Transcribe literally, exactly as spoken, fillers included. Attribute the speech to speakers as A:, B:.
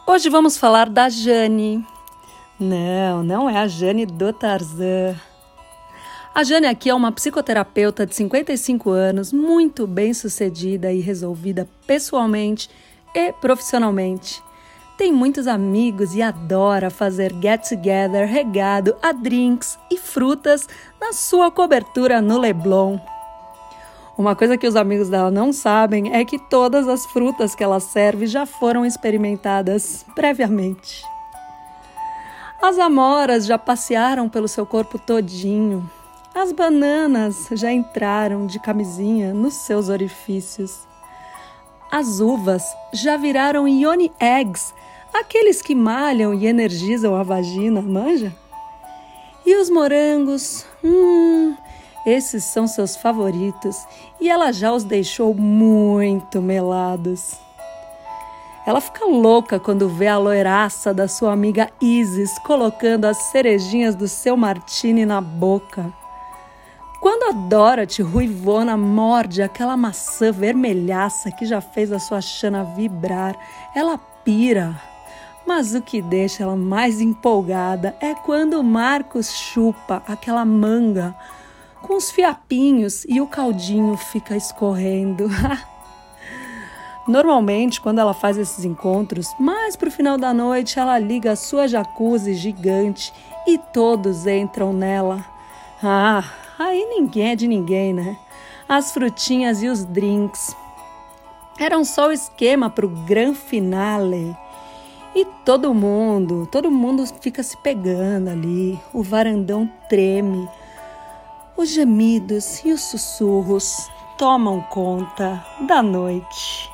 A: Hoje vamos falar da Jane. Não, não é a Jane do Tarzan. A Jane aqui é uma psicoterapeuta de cinquenta e cinco anos, muito bem sucedida e resolvida pessoalmente e profissionalmente. Tem muitos amigos e adora fazer get-together regado a drinks e frutas na sua cobertura no Leblon. Uma coisa que os amigos dela não sabem é que todas as frutas que ela serve já foram experimentadas previamente. As amoras já passearam pelo seu corpo todinho. As bananas já entraram de camisinha nos seus orifícios. As uvas já viraram yoni eggs, aqueles que malham e energizam a vagina, manja? E os morangos, hum, esses são seus favoritos e ela já os deixou muito melados. Ela fica louca quando vê a loiraça da sua amiga Isis colocando as cerejinhas do seu martini na boca. Quando a Dorothy ruivona morde aquela maçã vermelhaça que já fez a sua chana vibrar, ela pira. Mas o que deixa ela mais empolgada é quando o Marcos chupa aquela manga com os fiapinhos e o caldinho fica escorrendo. Normalmente, quando ela faz esses encontros, mais pro final da noite, ela liga a sua jacuzzi gigante e todos entram nela. Ah, aí ninguém é de ninguém, né? As frutinhas e os drinks eram só o esquema pro gran finale. E todo mundo, todo mundo fica se pegando ali, o varandão treme. Os gemidos e os sussurros tomam conta da noite.